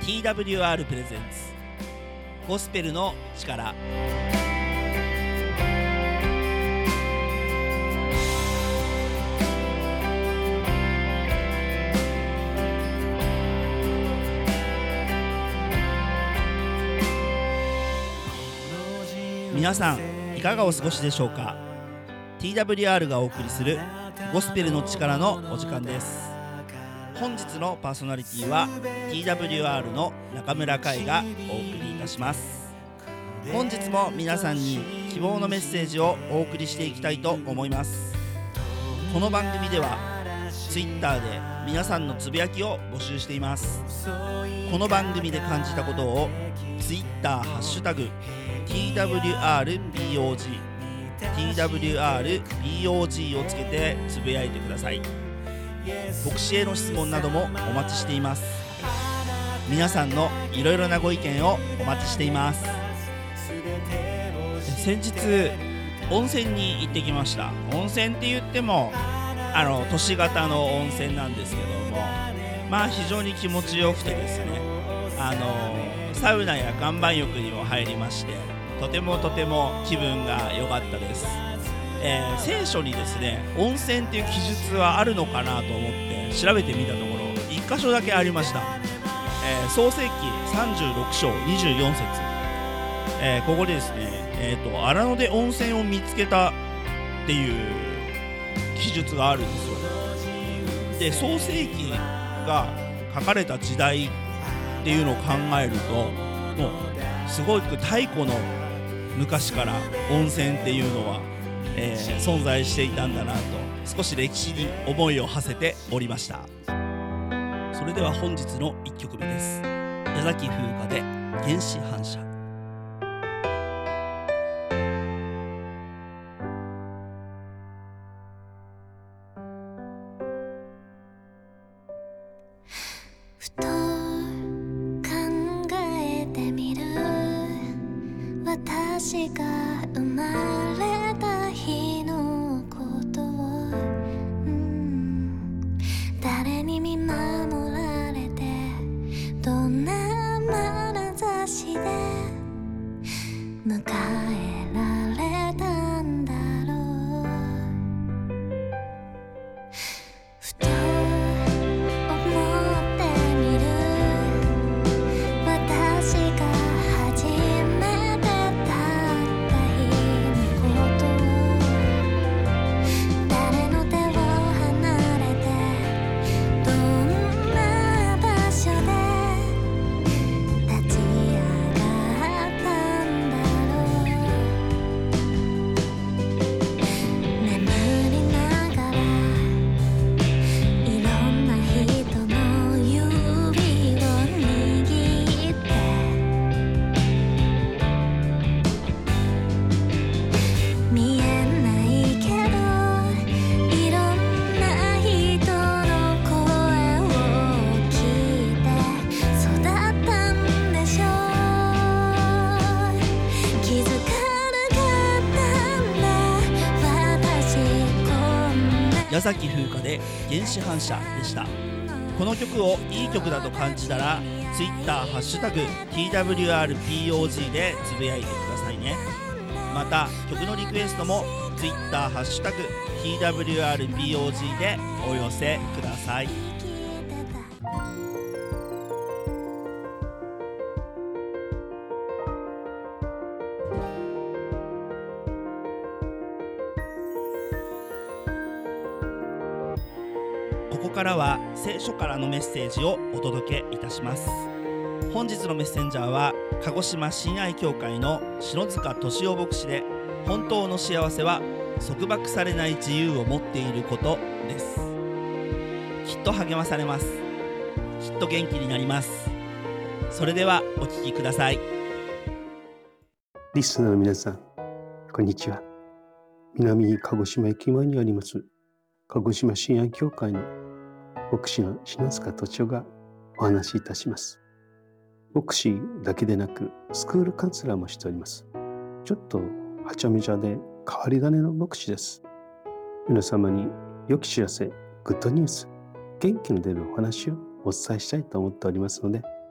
TWR プレゼンツゴスペルの力。皆さんいかがお過ごしでしょうか。 TWR がお送りするゴスペルの力のお時間です。本日のパーソナリティは TWR の中村海がお送りいたします。本日も皆さんに希望のメッセージをお送りしていきたいと思います。この番組では Twitter で皆さんのつぶやきを募集しています。この番組で感じたことを Twitter ハッシュタグ TWRPOG をつけてつぶやいてください。牧師への質問などもお待ちしています。皆さんのいろいろなご意見をお待ちしています。先日温泉に行ってきました。温泉って言っても都市型の温泉なんですけども、非常に気持ちよくてですね、サウナや岩盤浴にも入りまして、とても気分が良かったです。聖書にですね、温泉っていう記述はあるのかなと思って調べてみたところ、1箇所だけありました。創世記36章24節、ここでですね、荒野で温泉を見つけたっていう記述があるんですよ。で、創世記が書かれた時代っていうのを考えると、もうすごく太古の昔から温泉っていうのは、存在していたんだなと、少し歴史に思いを馳せておりました。それでは本日の1曲目です。矢崎風花で原始反射。 ふと考えてみる、私が生まれた日のことを、誰に見守られて、どんな眼差しで迎えられたんだろう。ふと思ってみる、私が初めて会った日のことを、誰の手を離れて、どんな場所で立ち上がったんだろう。眠りながらいろんな人の指を握って、見えないけどいろんな人の声を聞いて育ったんでしょう。気づかなかったんだ私、こんな矢崎風花で原始反射でした。この曲をいい曲だと感じたら Twitter ハッシュタグ TWRPOG でつぶやいてくださいね。また曲のリクエストも Twitter ハッシュタグ TWRPOG でお寄せください。ここからは聖書からのメッセージをお届けいたします。本日のメッセンジャーは鹿児島親愛教会の篠塚俊夫牧師で、本当の幸せは束縛されない自由を持っていることです。きっと励まされます。きっと元気になります。それではお聞きください。 リスナーの皆さん、こんにちは。南鹿児島駅前にあります鹿児島親愛教会の牧師の篠塚俊夫がお話しいたします。牧師だけでなくスクールカウンセラーもしております。ちょっとはちゃめちゃで変わり種の牧師です。皆様に良き知らせ、グッドニュース、元気の出るお話をお伝えしたいと思っておりますので、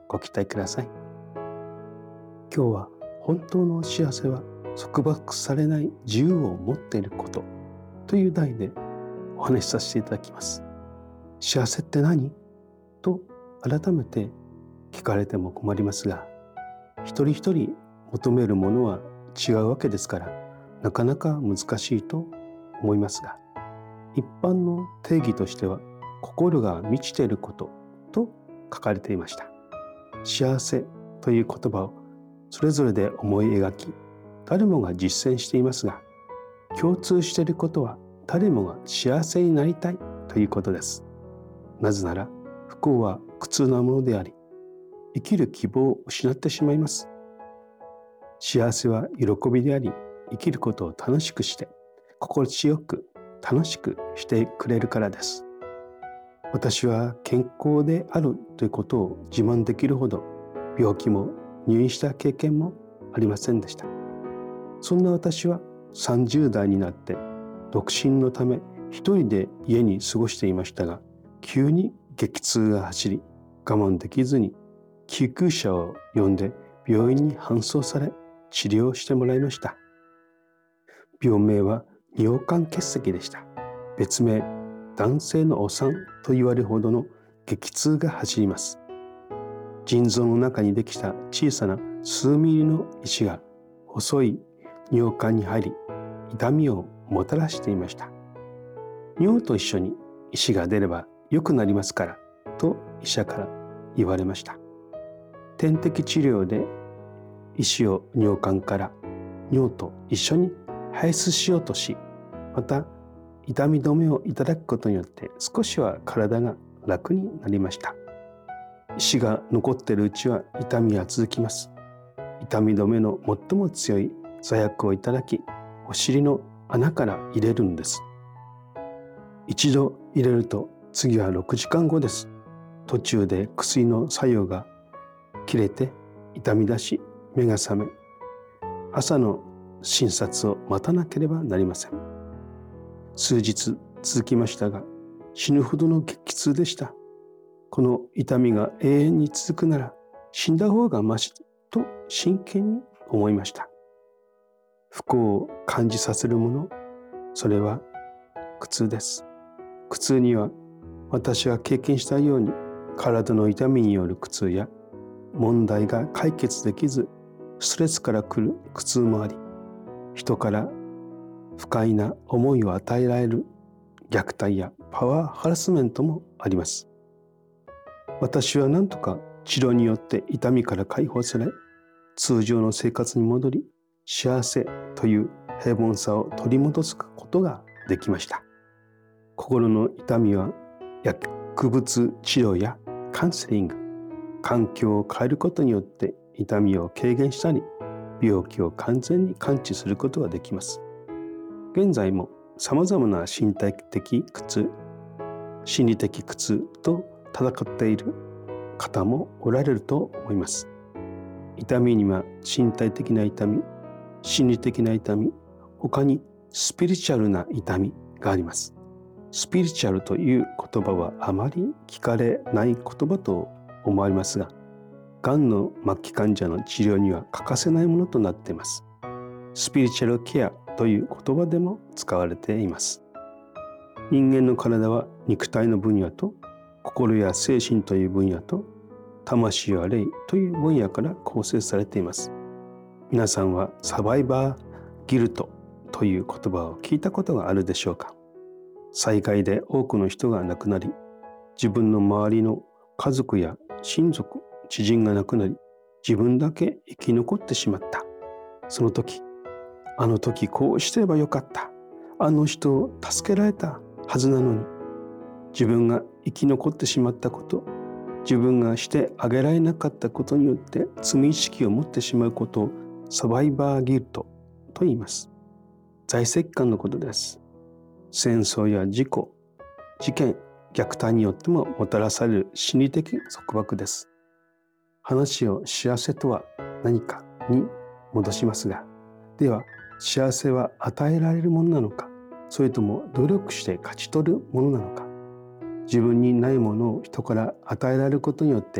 ご期待ください。今日は本当の幸せは束縛されない自由を持っていることという題でお話しさせていただきます。幸せって何？と改めて聞かれても困りますが、一人一人求めるものは違うわけですから、なかなか難しいと思いますが、一般の定義としては心が満ちていることと書かれていました。幸せという言葉をそれぞれで思い描き、誰もが実践していますが、共通していることは誰もが幸せになりたいということです。なぜなら不幸は苦痛なものであり、生きる希望を失ってしまいます。幸せは喜びであり、生きることを楽しくして、心地よく楽しくしてくれるからです。私は健康であるということを自慢できるほど、病気も入院した経験もありませんでした。そんな私は30代になって独身のため一人で家に過ごしていましたが、急に激痛が走り、我慢できずに救急車を呼んで病院に搬送され治療してもらいました。病名は尿管結石でした。別名男性のお産と言われるほどの激痛が走ります。腎臓の中にできた小さな数ミリの石が細い尿管に入り、痛みをもたらしていました。尿と一緒に石が出れば良くなりますからと医者から言われました。点滴治療で石を尿管から尿と一緒に排出しようとし、また痛み止めをいただくことによって少しは体が楽になりました。石が残っているうちは痛みは続きます。痛み止めの最も強い座薬をいただき、お尻の穴から入れるんです。一度入れると次は6時間後です。途中で薬の作用が切れて痛み出し、目が覚め、朝の診察を待たなければなりません。数日続きましたが、死ぬほどの激痛でした。この痛みが永遠に続くなら死んだ方がましと真剣に思いました。不幸を感じさせるもの、それは苦痛です。苦痛には私は経験したように体の痛みによる苦痛や問題が解決できずストレスから来る苦痛もあり、人から不快な思いを与えられる虐待やパワーハラスメントもあります。私は何とか治療によって痛みから解放され、通常の生活に戻り、幸せという平凡さを取り戻すことができました。心の痛みは薬物治療やカウンセリング、環境を変えることによって痛みを軽減したり、病気を完全に完治することができます。現在もさまざまな身体的苦痛、心理的苦痛と戦っている方もおられると思います。痛みには身体的な痛み、心理的な痛み、他にスピリチュアルな痛みがあります。スピリチュアルという言葉はあまり聞かれない言葉と思われますが、がんの末期患者の治療には欠かせないものとなっています。スピリチュアルケアという言葉でも使われています。人間の体は肉体の分野と心や精神という分野と魂や霊という分野から構成されています。皆さんはサバイバーギルトという言葉を聞いたことがあるでしょうか。災害で多くの人が亡くなり、自分の周りの家族や親族、知人が亡くなり、自分だけ生き残ってしまった。その時、あの時こうしてればよかった。あの人を助けられたはずなのに、自分が生き残ってしまったこと、自分がしてあげられなかったことによって罪意識を持ってしまうことをサバイバーギルトと言います。財政感のことです。戦争や事故、事件、虐待によってももたらされる心理的束縛です。話を幸せとは何かに戻しますが、では幸せは与えられるものなのか、それとも努力して勝ち取るものなのか。自分にないものを人から与えられることによって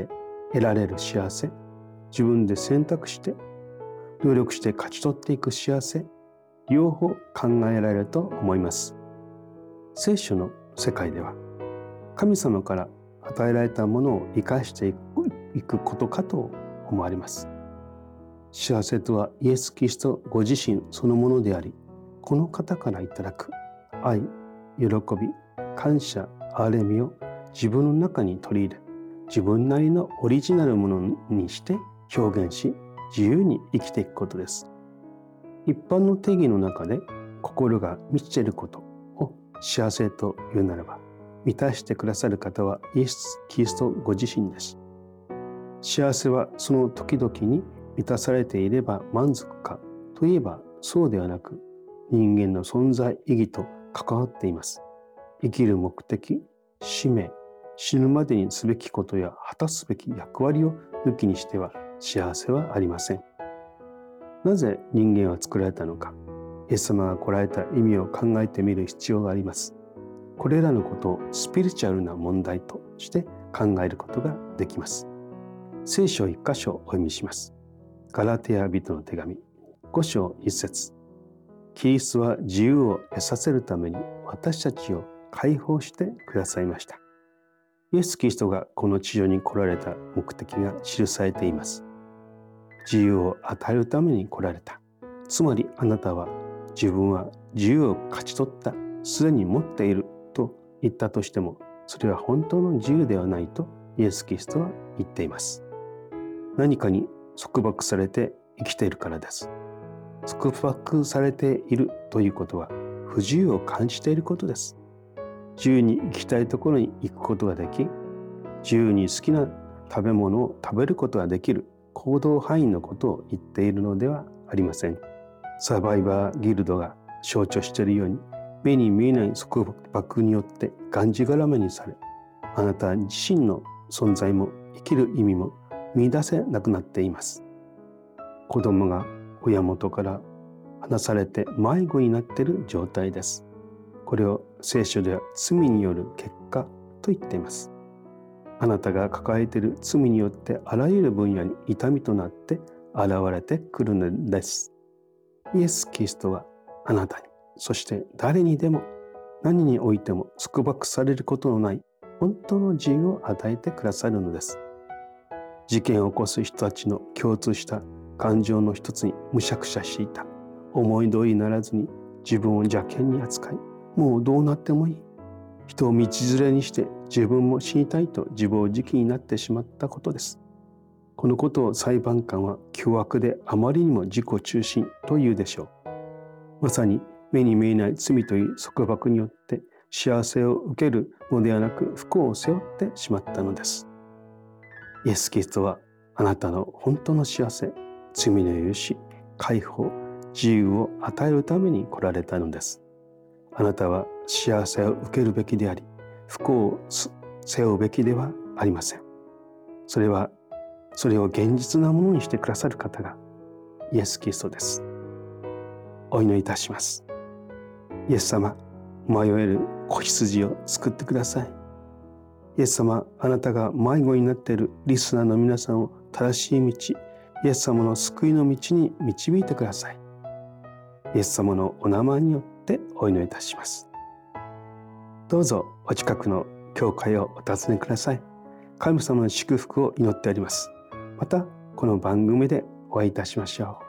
得られる幸せ、自分で選択して努力して勝ち取っていく幸せ、両方考えられると思います。聖書の世界では神様から与えられたものを生かしていくことかと思われます。幸せとはイエス・キリストご自身そのものであり、この方からいただく愛、喜び、感謝、憐れみを自分の中に取り入れ、自分なりのオリジナルものにして表現し、自由に生きていくことです。一般の定義の中で心が満ちていることを幸せというならば、満たしてくださる方はイエス・キリストご自身です。幸せはその時々に満たされていれば満足かといえばそうではなく、人間の存在意義と関わっています。生きる目的、使命、死ぬまでにすべきことや果たすべき役割を抜きにしては幸せはありません。なぜ人間は作られたのか、イエス様が来られた意味を考えてみる必要があります。これらのことをスピリチュアルな問題として考えることができます。聖書1箇所お読みします。ガラテヤ人の手紙5章1節。キリストは自由を得させるために私たちを解放してくださいました。イエス・キリストがこの地上に来られた目的が記されています。自由を与えるために来られた。つまりあなたは自分は自由を勝ち取った、すでに持っていると言ったとしても、それは本当の自由ではないとイエス・キリストは言っています。何かに束縛されて生きているからです。束縛されているということは不自由を感じていることです。自由に行きたいところに行くことができ、自由に好きな食べ物を食べることができる行動範囲のことを言っているのではありません。サバイバーギルドが象徴しているように、目に見えない束縛によってがんじがらめにされ、あなた自身の存在も生きる意味も見出せなくなっています。子供が親元から離されて迷子になっている状態です。これを聖書では罪による結果と言っています。あなたが抱えている罪によってあらゆる分野に痛みとなって現れてくるのです。イエス・キリストはあなたに、そして誰にでも何においても束縛されることのない本当の自由を与えてくださるのです。事件を起こす人たちの共通した感情の一つにむしゃくしゃしていた。思い通りにならずに自分を邪険に扱い、もうどうなってもいい。人を道連れにして自分も死にたいと自暴自棄になってしまったことです。このことを裁判官は凶悪であまりにも自己中心と言うでしょう。まさに目に見えない罪という束縛によって幸せを受けるのではなく不幸を背負ってしまったのです。イエス・キリストはあなたの本当の幸せ、罪の許し、解放、自由を与えるために来られたのです。あなたは幸せを受けるべきであり、不幸を背負うべきではありません。それを現実なものにしてくださる方がイエス・キリストです。お祈りいたします。イエス様、迷える子羊を救ってください。イエス様、あなたが迷子になっているリスナーの皆さんを正しい道、イエス様の救いの道に導いてください。イエス様のお名前によってお祈りいたします。どうぞお近くの教会をお訪ねください。神様の祝福を祈っております。またこの番組でお会いいたしましょ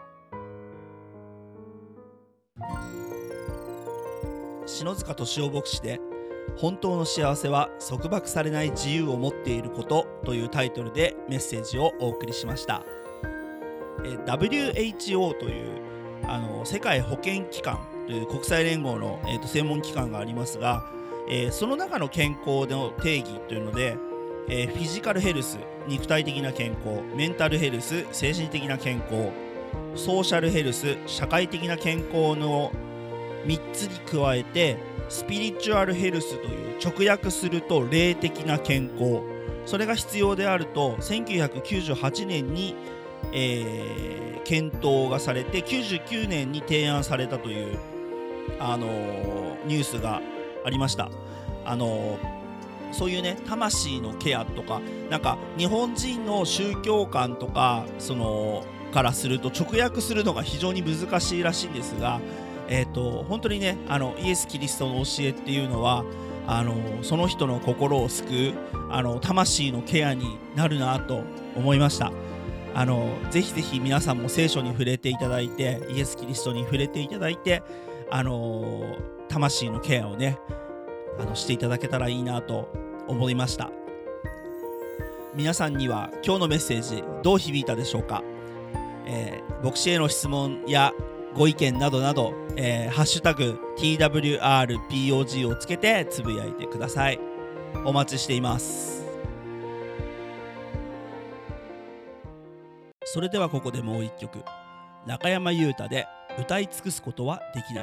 う。篠塚俊雄牧師で本当の幸せは束縛されない自由を持っていることというタイトルでメッセージをお送りしました。WHO という世界保健機関という国際連合の、専門機関がありますが、その中の健康の定義というので、フィジカルヘルス、肉体的な健康、メンタルヘルス、精神的な健康、ソーシャルヘルス、社会的な健康の3つに加えてスピリチュアルヘルスという直訳すると霊的な健康、それが必要であると1998年に、検討がされて99年に提案されたというニュースがありました。 そういうね魂のケアとか、なんか日本人の宗教観とかからすると直訳するのが非常に難しいらしいんですが、本当にねイエス・キリストの教えっていうのはその人の心を救う魂のケアになるなと思いました。ぜひぜひ皆さんも聖書に触れていただいて、イエス・キリストに触れていただいて、魂のケアをねしていただけたらいいなと思いました。皆さんには今日のメッセージどう響いたでしょうか。牧師への質問やご意見などなど、ハッシュタグ TWRPOG をつけてつぶやいてください。お待ちしています。それではここでもう一曲、中山優太で歌い尽くすことはできない。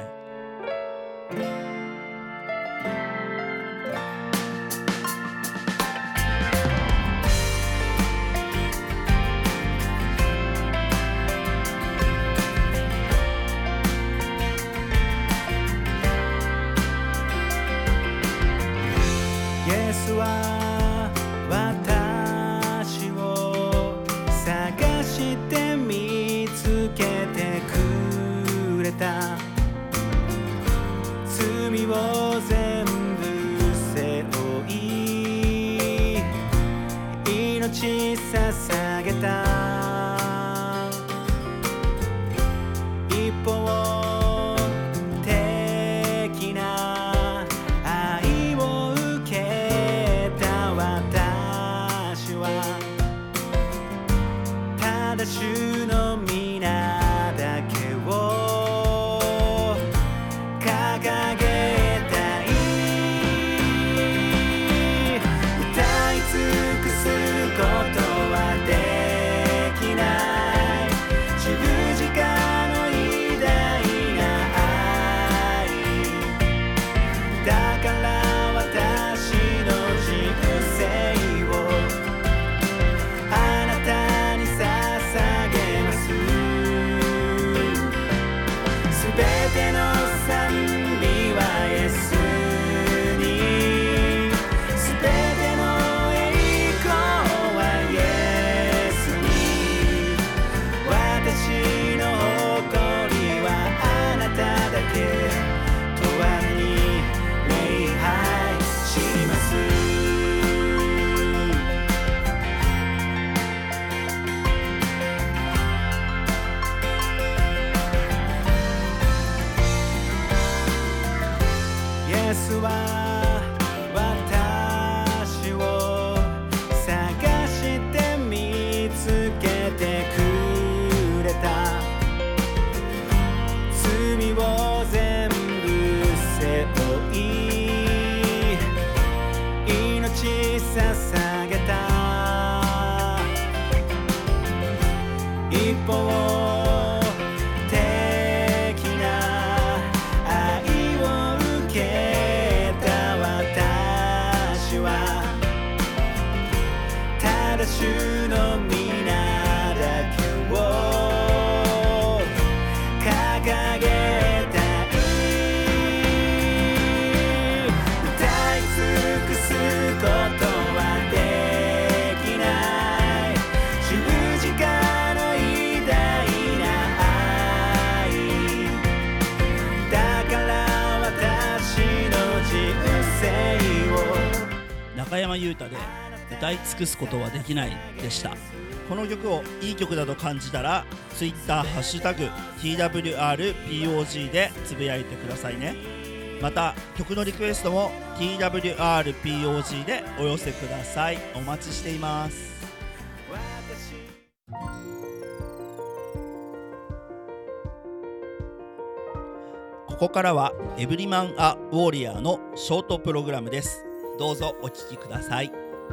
イエスは私を探して見つけてくれた。罪を全部背負い命捧げた。一方的な愛を受けた私はただ主の皆だけを掲げたい。歌い尽くすことはできない。十字架の偉大な愛だから私の人生をあなたに捧げます。すべての賛美はイエスに、すべての栄光はイエスに。私の誇りはあなただけ永遠に礼拝します。イエスは私を探して見つけてくれた。罪を全部背負い命捧げた。一方的な愛を受けた私はただ主の皆だけを掲げたい。歌い尽くすことはできない。十字架の偉大な愛だから私の人生を。 中山優太で歌い尽くすことはできないでした。この曲をいい曲だと感じたら Twitter ハッシュタグ TWRPOG でつぶやいてくださいね。また曲のリクエストも TWRPOG でお寄せください。お待ちしています。ここからはエブリマン・ア・ウォーリアーのショートプログラムです。どうぞお聴きください。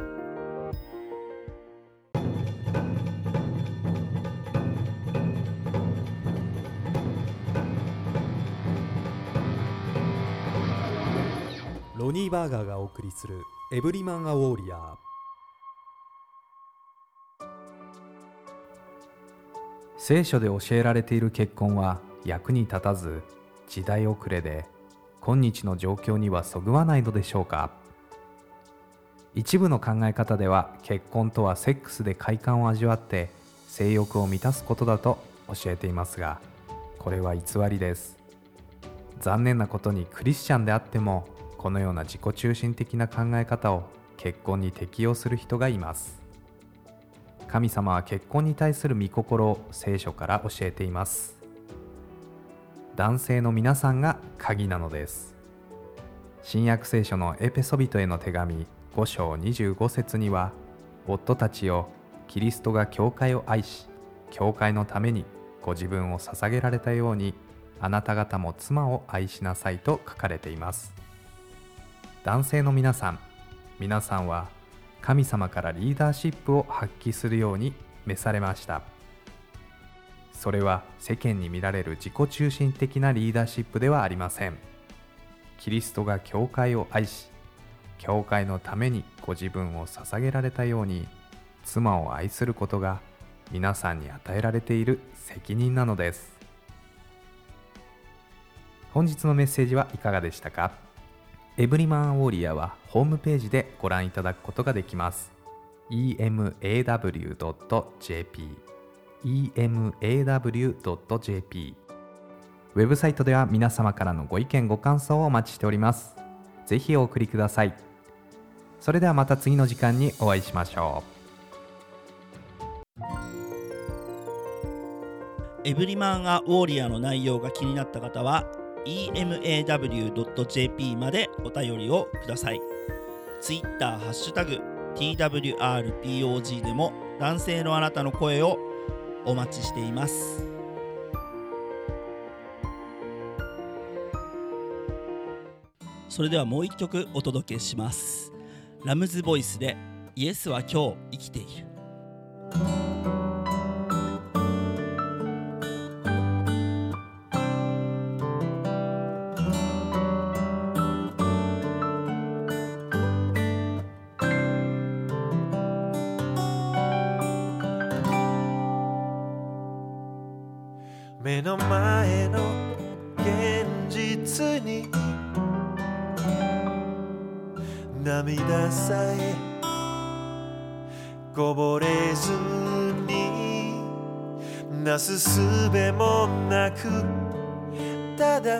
ロニー・バーガーがお送りするエブリマン・ア・ウォーリアー。聖書で教えられている結婚は役に立たず、時代遅れで今日の状況にはそぐわないのでしょうか。 一部の考え方では結婚とはセックスで快感を味わって性欲を満たすことだと教えていますが、これは偽りです。残念なことにクリスチャンであってもこのような自己中心的な考え方を結婚に適用する人がいます。神様は結婚に対する御心を聖書から教えています。男性の皆さんが鍵なのです。新約聖書のエペソビトへの手紙5章25節には、夫たちよ、キリストが教会を愛し、教会のためにご自分を捧げられたように、あなた方も妻を愛しなさいと書かれています。男性の皆さんは神様からリーダーシップを発揮するように召されました。それは世間に見られる自己中心的なリーダーシップではありません。キリストが教会を愛し、教会のためにご自分を捧げられたように、妻を愛することが皆さんに与えられている責任なのです。本日のメッセージはいかがでしたか？エブリマンウォリアーはホームページでご覧いただくことができます。emaw.jp emaw.jp ウェブサイトでは皆様からのご意見ご感想をお待ちしております。ぜひお送りください。それではまた次の時間にお会いしましょう。 エブリマン・ア・ウォーリアーの内容が気になった方は emaw.jp までお便りをください。ツイッターハッシュタグ TWRPOG でも男性のあなたの声をお待ちしています。それではもう一曲お届けします。ラムズボイスでイエスは今日生きている。 目の前の現実に涙さえこぼれずに、なすすべもなくただ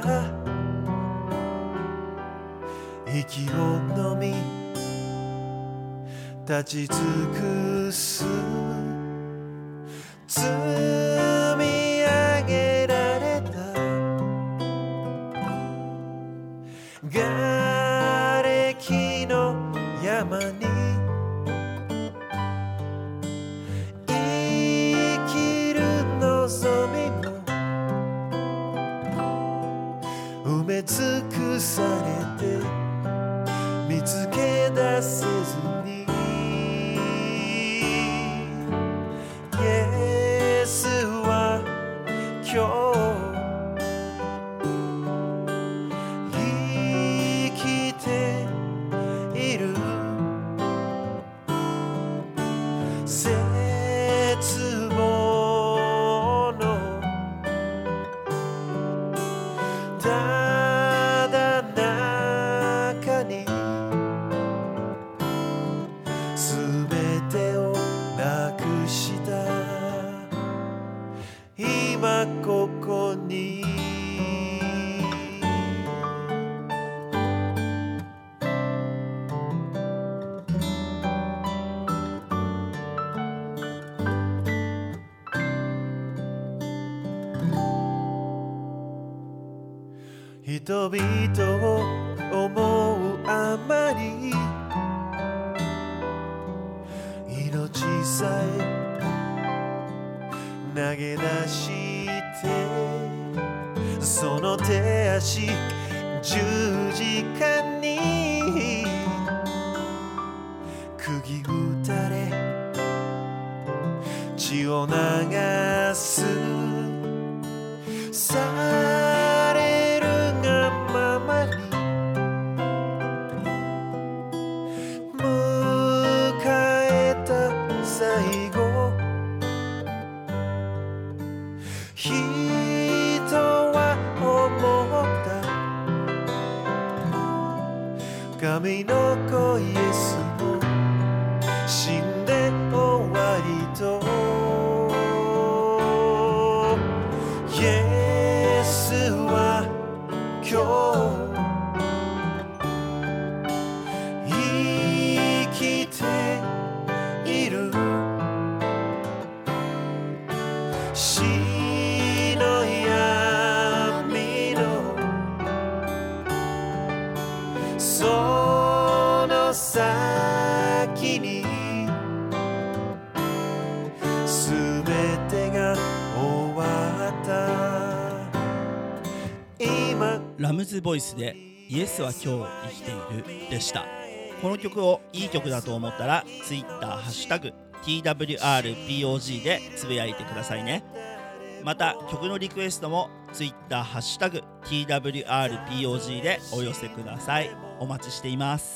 息をのみ立ち尽くす。積み上げられた瓦礫の山に生きる望みも埋め尽くされて見つけ出せずに、イエスは今日生きている。絶望のただ中にすべてをなくした今ここに。人々を思うあまり命さえ投げ出してその手足十字架に釘打たれ血を流すされるがままに迎えた最後、人は思った神の子イエスをラムズボイスでイエスは今日生きているでした。この曲をいい曲だと思ったら Twitter ハッシュタグ TWRPOG でつぶやいてくださいね。また曲のリクエストも Twitter ハッシュタグ TWRPOG でお寄せください。お待ちしています。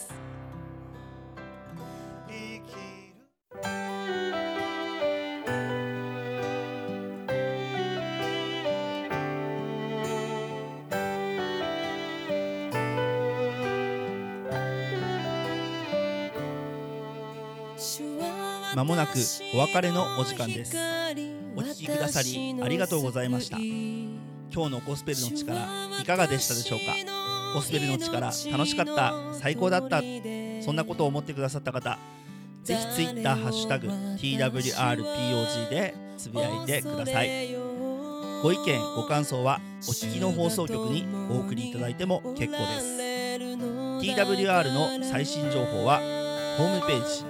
まもなくお別れのお時間です。お聞きくださりありがとうございました。今日のゴスペルの力いかがでしたでしょうか。ゴスペルの力楽しかった、最高だった、そんなことを思ってくださった方、ぜひ Twitter ハッシュタグ TWRPOG でつぶやいてください。ご意見ご感想はお聞きの放送局にお送りいただいても結構です。 TWR の最新情報はホームページ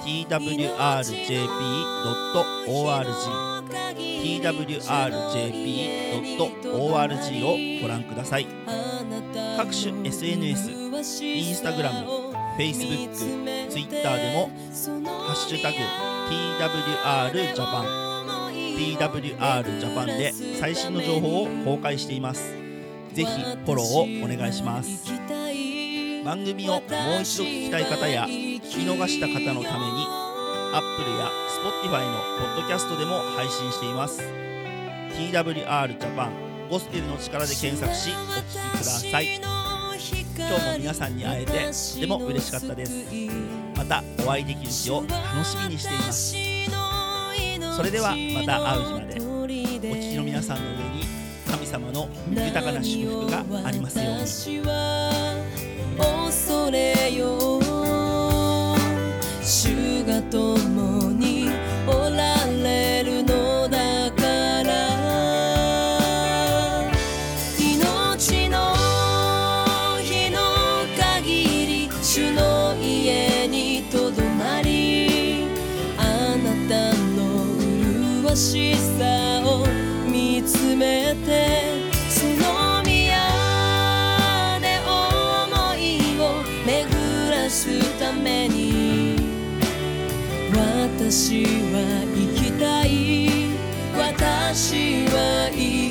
twrjp.org twrjp.org をご覧ください。各種 SNS、インスタグラム、Facebook、Twitter でもハッシュタグ TWRJapan で最新の情報を公開しています。ぜひフォローをお願いします。番組をもう一度聞きたい方や聞き逃した方のために Apple や Spotify のポッドキャストでも配信しています。 TWR Japan ゴスペルの力で検索しお聞きください。今日も皆さんに会えてとても嬉しかったです。またお会いできる日を楽しみにしています。それではまた会う日まで。お聞きの皆さんの上に神様の豊かな祝福がありますように。 恐れよう、主が共におられるのだから。命の日の限り主の家にとどまり、あなたの麗しさを見つめて、その宮で巡らすために私は生きたい、私は生きたい。